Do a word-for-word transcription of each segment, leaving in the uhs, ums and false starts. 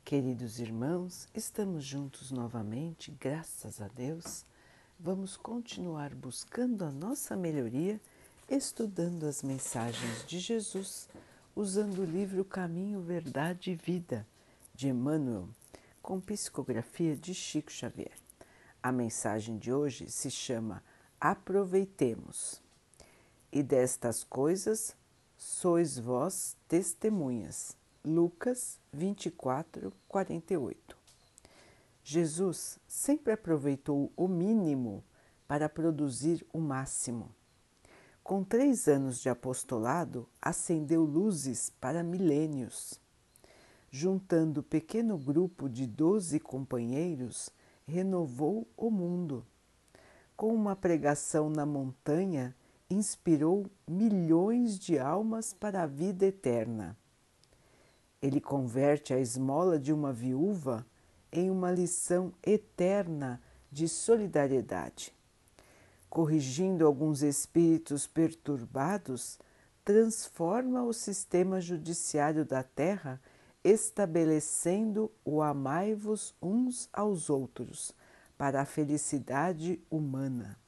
Queridos irmãos, estamos juntos novamente, graças a Deus. Vamos continuar buscando a nossa melhoria, estudando as mensagens de Jesus, usando o livro Caminho, Verdade e Vida, de Emmanuel, com psicografia de Chico Xavier. A mensagem de hoje se chama Aproveitemos. E destas coisas sois vós testemunhas. Lucas vinte e quatro, quarenta e oito. Jesus sempre aproveitou o mínimo para produzir o máximo. Com três anos de apostolado, acendeu luzes para milênios. Juntando pequeno grupo de doze companheiros, renovou o mundo. Com uma pregação na montanha, inspirou milhões de almas para a vida eterna. Ele converte a esmola de uma viúva em uma lição eterna de solidariedade. Corrigindo alguns espíritos perturbados, transforma o sistema judiciário da terra, estabelecendo o amai-vos uns aos outros, para a felicidade humana.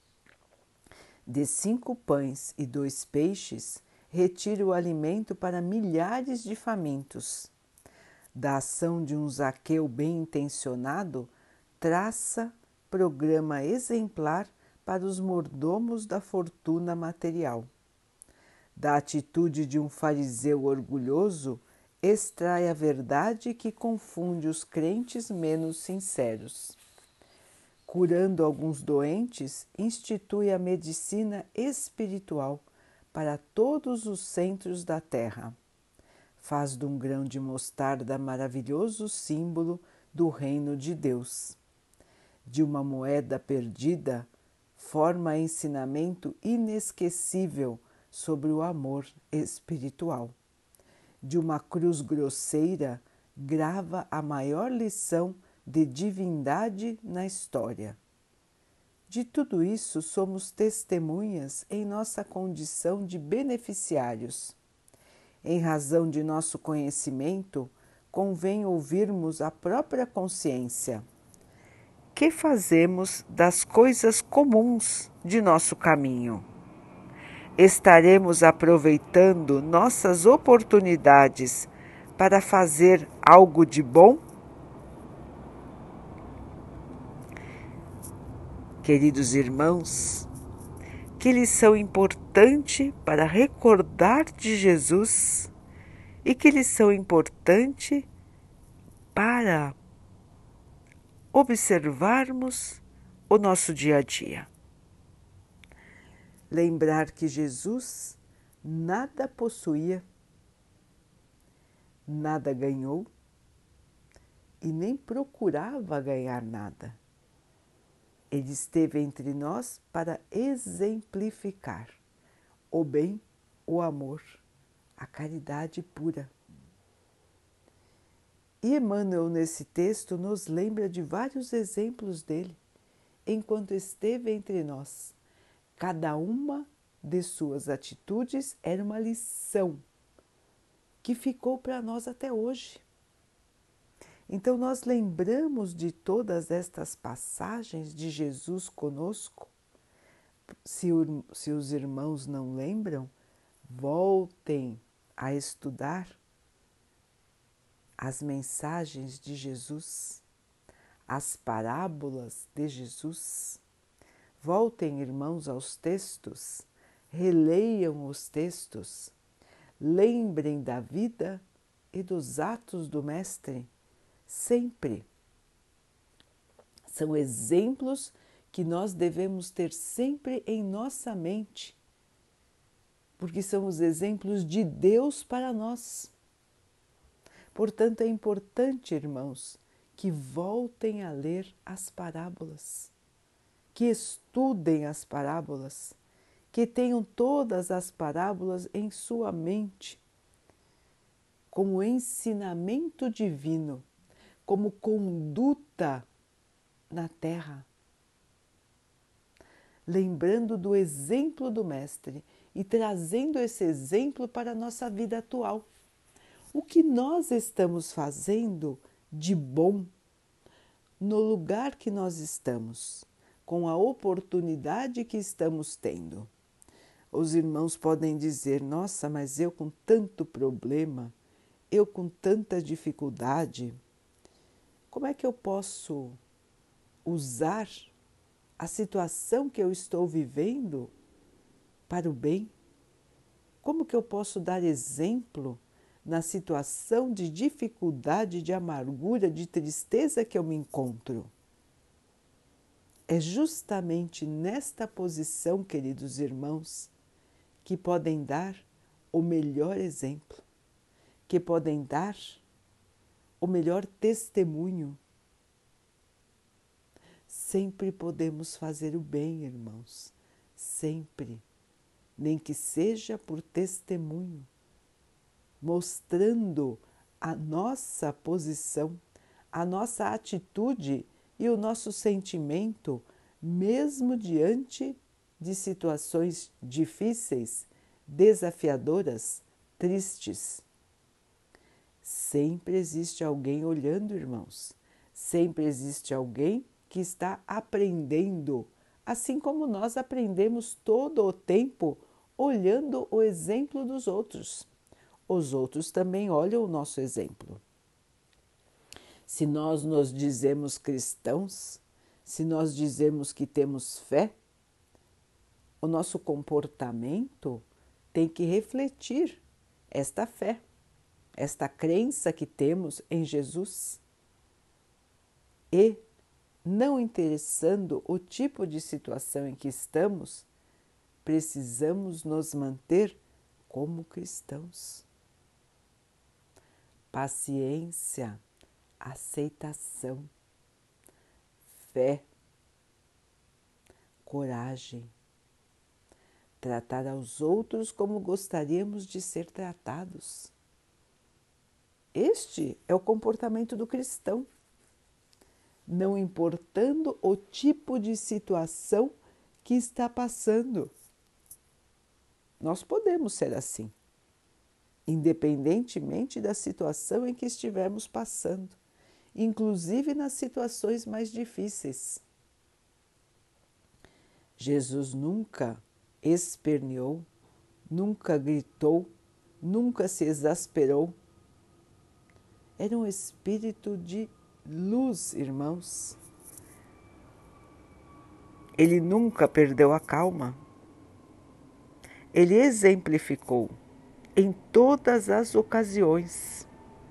De cinco pães e dois peixes, retira o alimento para milhares de famintos. Da ação de um Zaqueu bem-intencionado, traça programa exemplar para os mordomos da fortuna material. Da atitude de um fariseu orgulhoso, extrai a verdade que confunde os crentes menos sinceros. Curando alguns doentes, institui a medicina espiritual para todos os centros da terra. Faz de um grão de mostarda maravilhoso símbolo do reino de Deus. De uma moeda perdida, forma ensinamento inesquecível sobre o amor espiritual. De uma cruz grosseira, grava a maior lição de divindade na história. De tudo isso, somos testemunhas em nossa condição de beneficiários. Em razão de nosso conhecimento, convém ouvirmos a própria consciência. Que fazemos das coisas comuns de nosso caminho? Estaremos aproveitando nossas oportunidades para fazer algo de bom? Queridos irmãos, que lição importante para recordar de Jesus e que lição importante para observarmos o nosso dia a dia. Lembrar que Jesus nada possuía, nada ganhou e nem procurava ganhar nada. Ele esteve entre nós para exemplificar o bem, o amor, a caridade pura. E Emmanuel, nesse texto, nos lembra de vários exemplos dele, enquanto esteve entre nós. Cada uma de suas atitudes era uma lição que ficou para nós até hoje. Então, nós lembramos de todas estas passagens de Jesus conosco. Se, o, se os irmãos não lembram, voltem a estudar as mensagens de Jesus, as parábolas de Jesus. Voltem, irmãos, aos textos, releiam os textos, lembrem da vida e dos atos do Mestre. Sempre. São exemplos que nós devemos ter sempre em nossa mente, porque são os exemplos de Deus para nós. Portanto, é importante, irmãos, que voltem a ler as parábolas, que estudem as parábolas, que tenham todas as parábolas em sua mente, como ensinamento divino, como conduta na terra, lembrando do exemplo do Mestre e trazendo esse exemplo para a nossa vida atual. O que nós estamos fazendo de bom no lugar que nós estamos, com a oportunidade que estamos tendo. Os irmãos podem dizer: nossa, mas eu com tanto problema, eu com tanta dificuldade, como é que eu posso usar a situação que eu estou vivendo para o bem? Como que eu posso dar exemplo na situação de dificuldade, de amargura, de tristeza que eu me encontro? É justamente nesta posição, queridos irmãos, que podem dar o melhor exemplo, que podem dar o melhor testemunho. Sempre podemos fazer o bem, irmãos, sempre, nem que seja por testemunho, mostrando a nossa posição, a nossa atitude e o nosso sentimento, mesmo diante de situações difíceis, desafiadoras, tristes. Sempre existe alguém olhando, irmãos. Sempre existe alguém que está aprendendo, assim como nós aprendemos todo o tempo olhando o exemplo dos outros. Os outros também olham o nosso exemplo. Se nós nos dizemos cristãos, se nós dizemos que temos fé, o nosso comportamento tem que refletir esta fé, esta crença que temos em Jesus. E, não interessando o tipo de situação em que estamos, precisamos nos manter como cristãos. Paciência, aceitação, fé, coragem, tratar aos outros como gostaríamos de ser tratados. Este é o comportamento do cristão, não importando o tipo de situação que está passando. Nós podemos ser assim, independentemente da situação em que estivermos passando, inclusive nas situações mais difíceis. Jesus nunca esperneou, nunca gritou, nunca se exasperou. Era um espírito de luz, irmãos. Ele nunca perdeu a calma. Ele exemplificou em todas as ocasiões.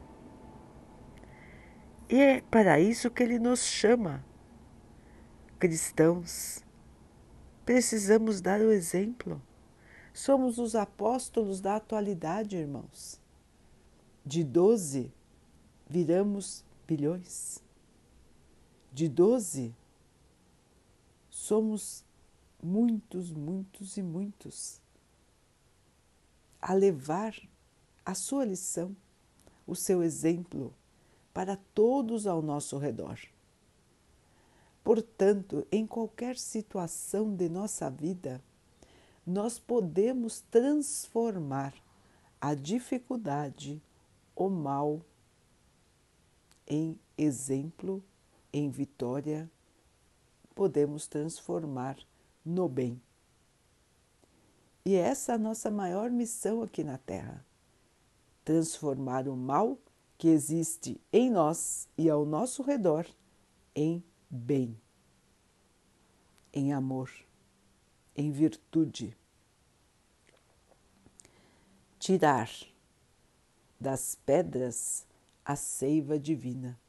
E é para isso que ele nos chama. Cristãos, precisamos dar o exemplo. Somos os apóstolos da atualidade, irmãos. De doze, viramos bilhões. De doze, somos muitos, muitos e muitos a levar a sua lição, o seu exemplo para todos ao nosso redor. Portanto, em qualquer situação de nossa vida, nós podemos transformar a dificuldade, o mal, em exemplo, em vitória, podemos transformar no bem. E essa é a nossa maior missão aqui na Terra, transformar o mal que existe em nós e ao nosso redor em bem, em amor, em virtude. Tirar das pedras a seiva divina.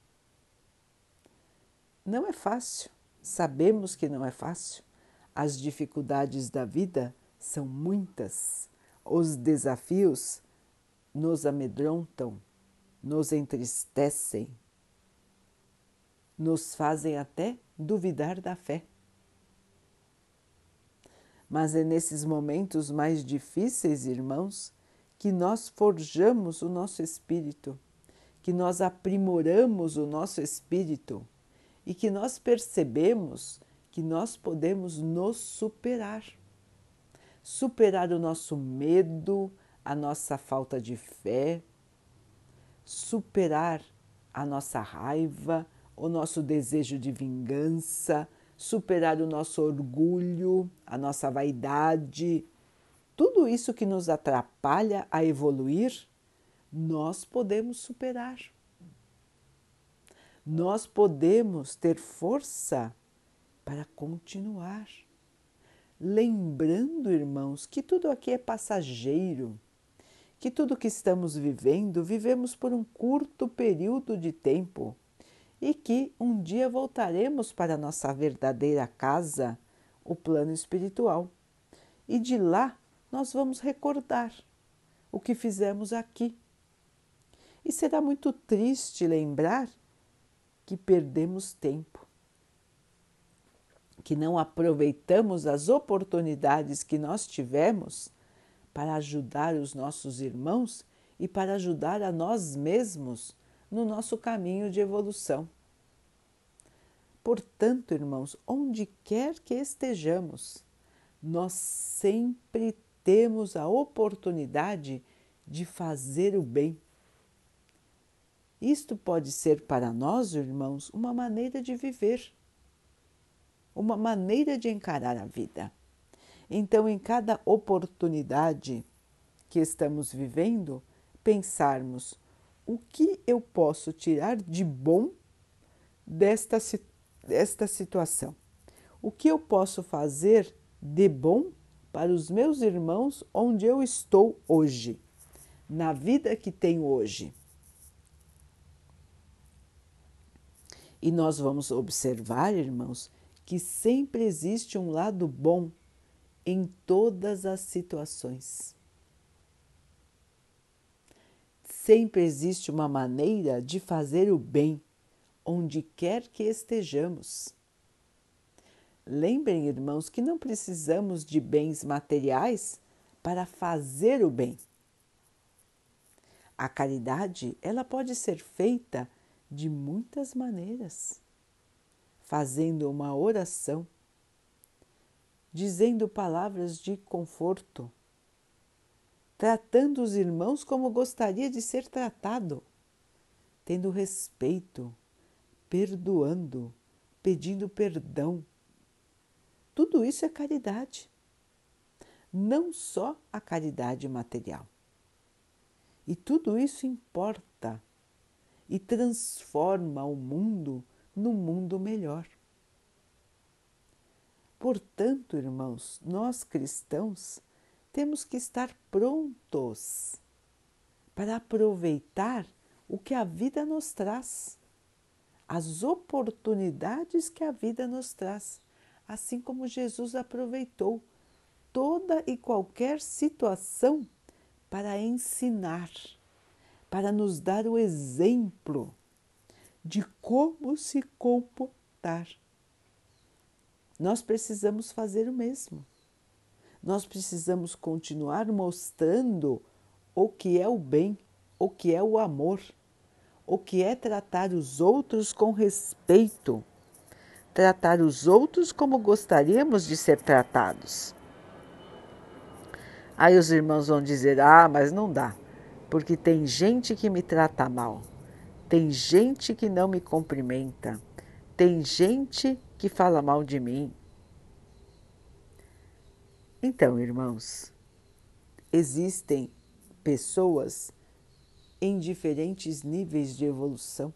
Não é fácil, sabemos que não é fácil. As dificuldades da vida são muitas, os desafios nos amedrontam, nos entristecem, nos fazem até duvidar da fé. Mas é nesses momentos mais difíceis, irmãos, que nós forjamos o nosso espírito, que nós aprimoramos o nosso espírito e que nós percebemos que nós podemos nos superar. Superar o nosso medo, a nossa falta de fé, superar a nossa raiva, o nosso desejo de vingança, superar o nosso orgulho, a nossa vaidade, tudo isso que nos atrapalha a evoluir, nós podemos superar. Nós podemos ter força para continuar. Lembrando, irmãos, que tudo aqui é passageiro, que tudo que estamos vivendo, vivemos por um curto período de tempo e que um dia voltaremos para a nossa verdadeira casa, o plano espiritual. E de lá nós vamos recordar o que fizemos aqui. E será muito triste lembrar que perdemos tempo, que não aproveitamos as oportunidades que nós tivemos para ajudar os nossos irmãos e para ajudar a nós mesmos no nosso caminho de evolução. Portanto, irmãos, onde quer que estejamos, nós sempre temos a oportunidade de fazer o bem. Isto pode ser para nós, irmãos, uma maneira de viver, uma maneira de encarar a vida. Então, em cada oportunidade que estamos vivendo, pensarmos o que eu posso tirar de bom desta, desta situação. O que eu posso fazer de bom para os meus irmãos onde eu estou hoje, na vida que tenho hoje. E nós vamos observar, irmãos, que sempre existe um lado bom em todas as situações. Sempre existe uma maneira de fazer o bem, onde quer que estejamos. Lembrem, irmãos, que não precisamos de bens materiais para fazer o bem. A caridade, ela pode ser feita de muitas maneiras. Fazendo uma oração, dizendo palavras de conforto, tratando os irmãos como gostaria de ser tratado, tendo respeito, perdoando, pedindo perdão. Tudo isso é caridade, não só a caridade material. E tudo isso importa e transforma o mundo num mundo melhor. Portanto, irmãos, nós cristãos temos que estar prontos para aproveitar o que a vida nos traz, as oportunidades que a vida nos traz, assim como Jesus aproveitou toda e qualquer situação para ensinar, para nos dar o exemplo de como se comportar. Nós precisamos fazer o mesmo. Nós precisamos continuar mostrando o que é o bem, o que é o amor, o que é tratar os outros com respeito, tratar os outros como gostaríamos de ser tratados. Aí os irmãos vão dizer, ah, mas não dá, porque tem gente que me trata mal, tem gente que não me cumprimenta, tem gente que fala mal de mim. Então, irmãos, existem pessoas em diferentes níveis de evolução.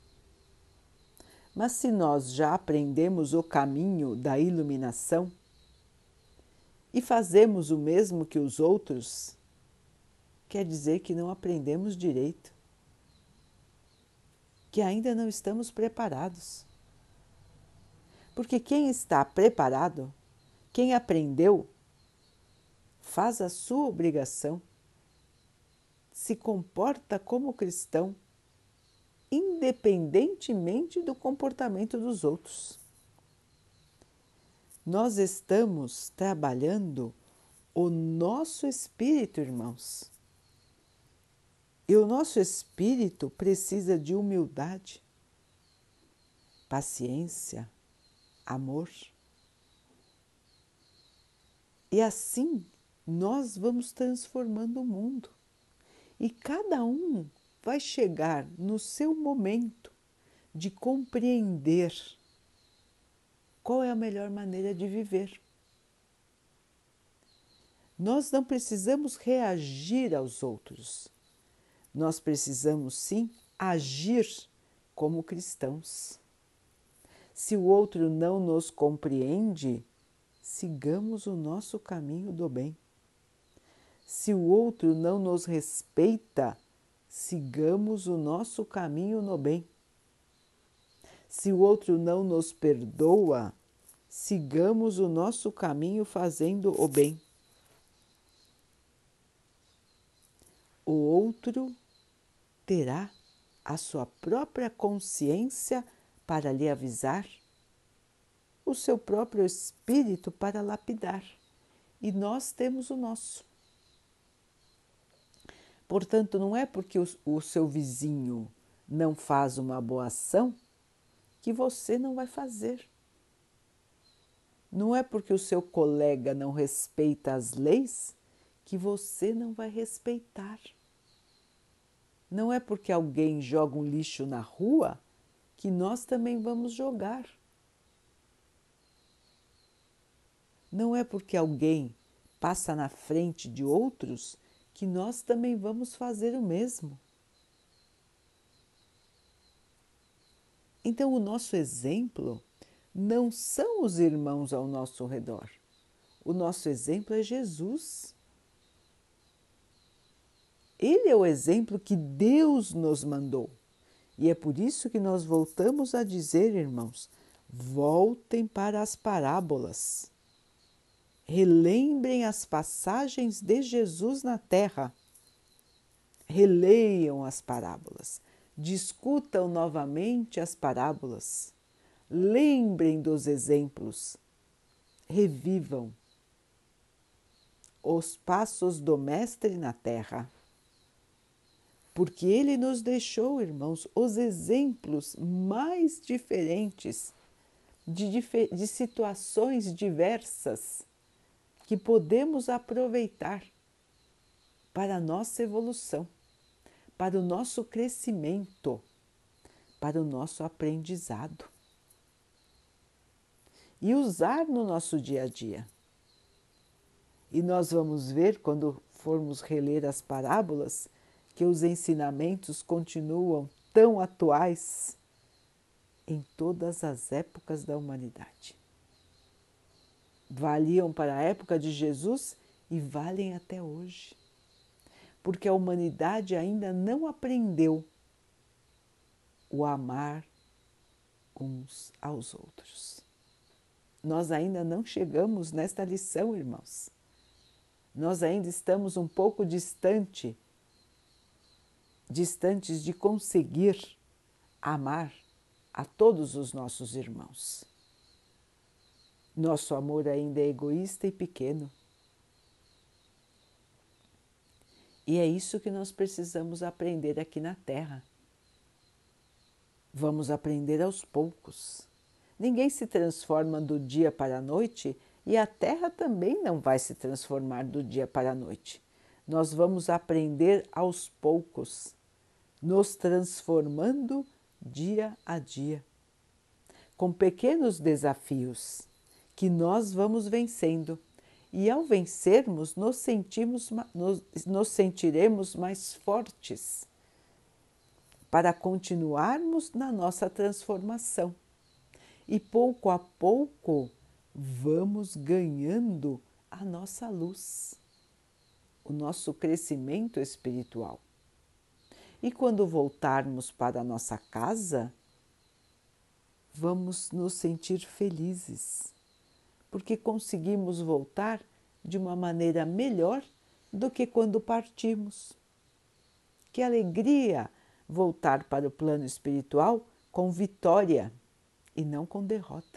Mas se nós já aprendemos o caminho da iluminação e fazemos o mesmo que os outros, quer dizer que não aprendemos direito, que ainda não estamos preparados. Porque quem está preparado, quem aprendeu, faz a sua obrigação, se comporta como cristão, independentemente do comportamento dos outros. Nós estamos trabalhando o nosso espírito, irmãos. E o nosso espírito precisa de humildade, paciência, amor. E assim nós vamos transformando o mundo. E cada um vai chegar no seu momento de compreender qual é a melhor maneira de viver. Nós não precisamos reagir aos outros, nós precisamos sim agir como cristãos. Se o outro não nos compreende, sigamos o nosso caminho do bem. Se o outro não nos respeita, sigamos o nosso caminho no bem. Se o outro não nos perdoa, sigamos o nosso caminho fazendo o bem. O outro terá a sua própria consciência para lhe avisar, o seu próprio espírito para lapidar, e nós temos o nosso. Portanto, não é porque o, o seu vizinho não faz uma boa ação que você não vai fazer. Não é porque o seu colega não respeita as leis que você não vai respeitar. Não é porque alguém joga um lixo na rua que nós também vamos jogar. Não é porque alguém passa na frente de outros que nós também vamos fazer o mesmo. Então, o nosso exemplo não são os irmãos ao nosso redor. O nosso exemplo é Jesus. Ele é o exemplo que Deus nos mandou. E é por isso que nós voltamos a dizer, irmãos, voltem para as parábolas. Relembrem as passagens de Jesus na terra. Releiam as parábolas. Discutam novamente as parábolas. Lembrem dos exemplos. Revivam os passos do Mestre na terra. Porque ele nos deixou, irmãos, os exemplos mais diferentes de, de situações diversas que podemos aproveitar para a nossa evolução, para o nosso crescimento, para o nosso aprendizado e usar no nosso dia a dia. E nós vamos ver, quando formos reler as parábolas, que os ensinamentos continuam tão atuais em todas as épocas da humanidade. Valiam para a época de Jesus e valem até hoje, porque a humanidade ainda não aprendeu o amar uns aos outros. Nós ainda não chegamos nesta lição, irmãos. Nós ainda estamos um pouco distante, distantes de conseguir amar a todos os nossos irmãos. Nosso amor ainda é egoísta e pequeno. E é isso que nós precisamos aprender aqui na Terra. Vamos aprender aos poucos. Ninguém se transforma do dia para a noite e a Terra também não vai se transformar do dia para a noite. Nós vamos aprender aos poucos, nos transformando dia a dia, com pequenos desafios que nós vamos vencendo. E ao vencermos, nos, sentimos, nos, nos sentiremos mais fortes para continuarmos na nossa transformação. E pouco a pouco vamos ganhando a nossa luz, o nosso crescimento espiritual. E quando voltarmos para a nossa casa, vamos nos sentir felizes, porque conseguimos voltar de uma maneira melhor do que quando partimos. Que alegria voltar para o plano espiritual com vitória e não com derrota.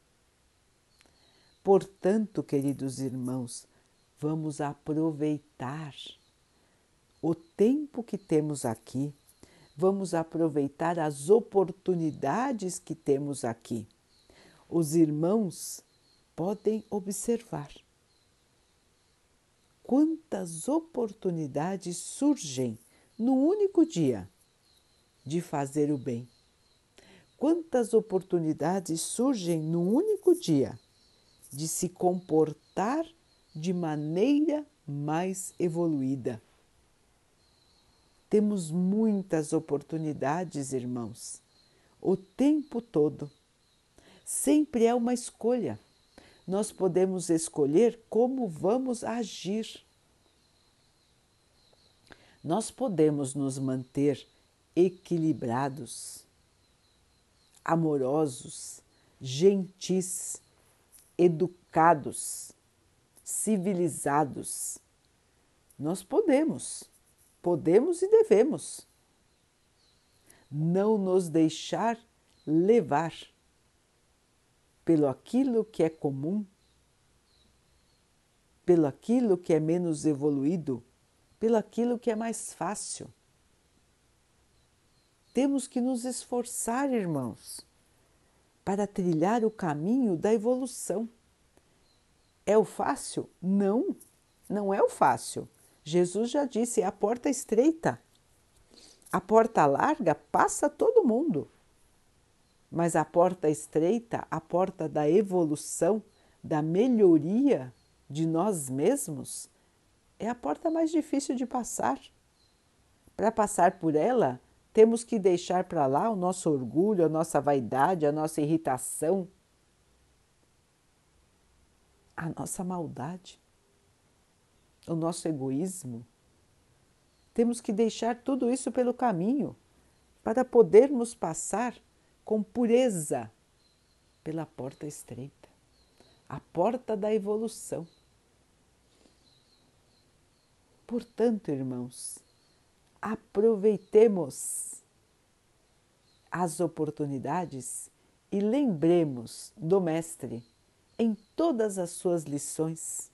Portanto, queridos irmãos, vamos aproveitar o tempo que temos aqui, vamos aproveitar as oportunidades que temos aqui. Os irmãos podem observar quantas oportunidades surgem num único dia de fazer o bem. Quantas oportunidades surgem num único dia de se comportar de maneira mais evoluída. Temos muitas oportunidades, irmãos, o tempo todo. Sempre é uma escolha. Nós podemos escolher como vamos agir. Nós podemos nos manter equilibrados, amorosos, gentis, educados, civilizados. Nós podemos, podemos e devemos não nos deixar levar pelo aquilo que é comum, pelo aquilo que é menos evoluído, pelo aquilo que é mais fácil. Temos que nos esforçar, irmãos, para trilhar o caminho da evolução. É o fácil? Não, não é o fácil. Jesus já disse, é a porta estreita. A porta larga passa todo mundo. Mas a porta estreita, a porta da evolução, da melhoria de nós mesmos, é a porta mais difícil de passar. Para passar por ela, temos que deixar para lá o nosso orgulho, a nossa vaidade, a nossa irritação, a nossa maldade, o nosso egoísmo. Temos que deixar tudo isso pelo caminho para podermos passar com pureza pela porta estreita, a porta da evolução. Portanto, irmãos, aproveitemos as oportunidades e lembremos do Mestre em todas as suas lições,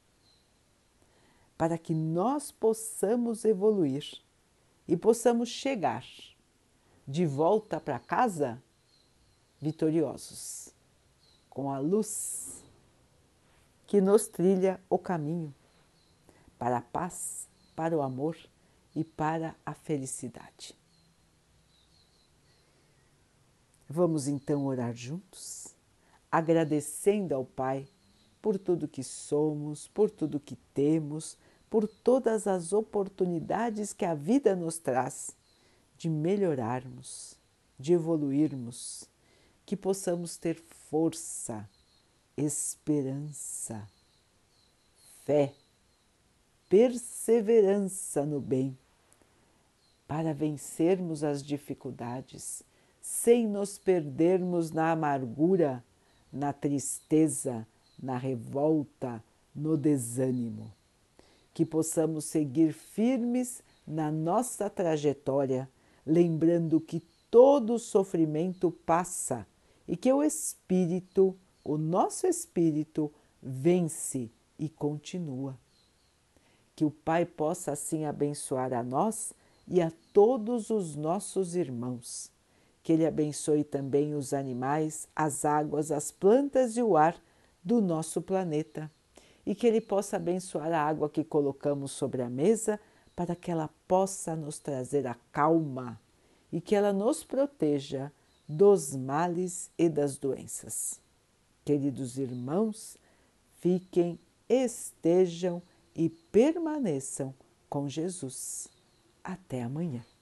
para que nós possamos evoluir e possamos chegar de volta para casa vitoriosos, com a luz que nos trilha o caminho para a paz, para o amor e para a felicidade. Vamos então orar juntos, agradecendo ao Pai por tudo que somos, por tudo que temos, por todas as oportunidades que a vida nos traz de melhorarmos, de evoluirmos, que possamos ter força, esperança, fé, perseverança no bem, para vencermos as dificuldades, sem nos perdermos na amargura, na tristeza, na revolta, no desânimo. Que possamos seguir firmes na nossa trajetória, lembrando que todo sofrimento passa e que o Espírito, o nosso Espírito, vence e continua. Que o Pai possa assim abençoar a nós e a todos os nossos irmãos. Que Ele abençoe também os animais, as águas, as plantas e o ar do nosso planeta. E que Ele possa abençoar a água que colocamos sobre a mesa para que ela possa nos trazer a calma e que ela nos proteja dos males e das doenças. Queridos irmãos, fiquem, estejam e permaneçam com Jesus. Até amanhã.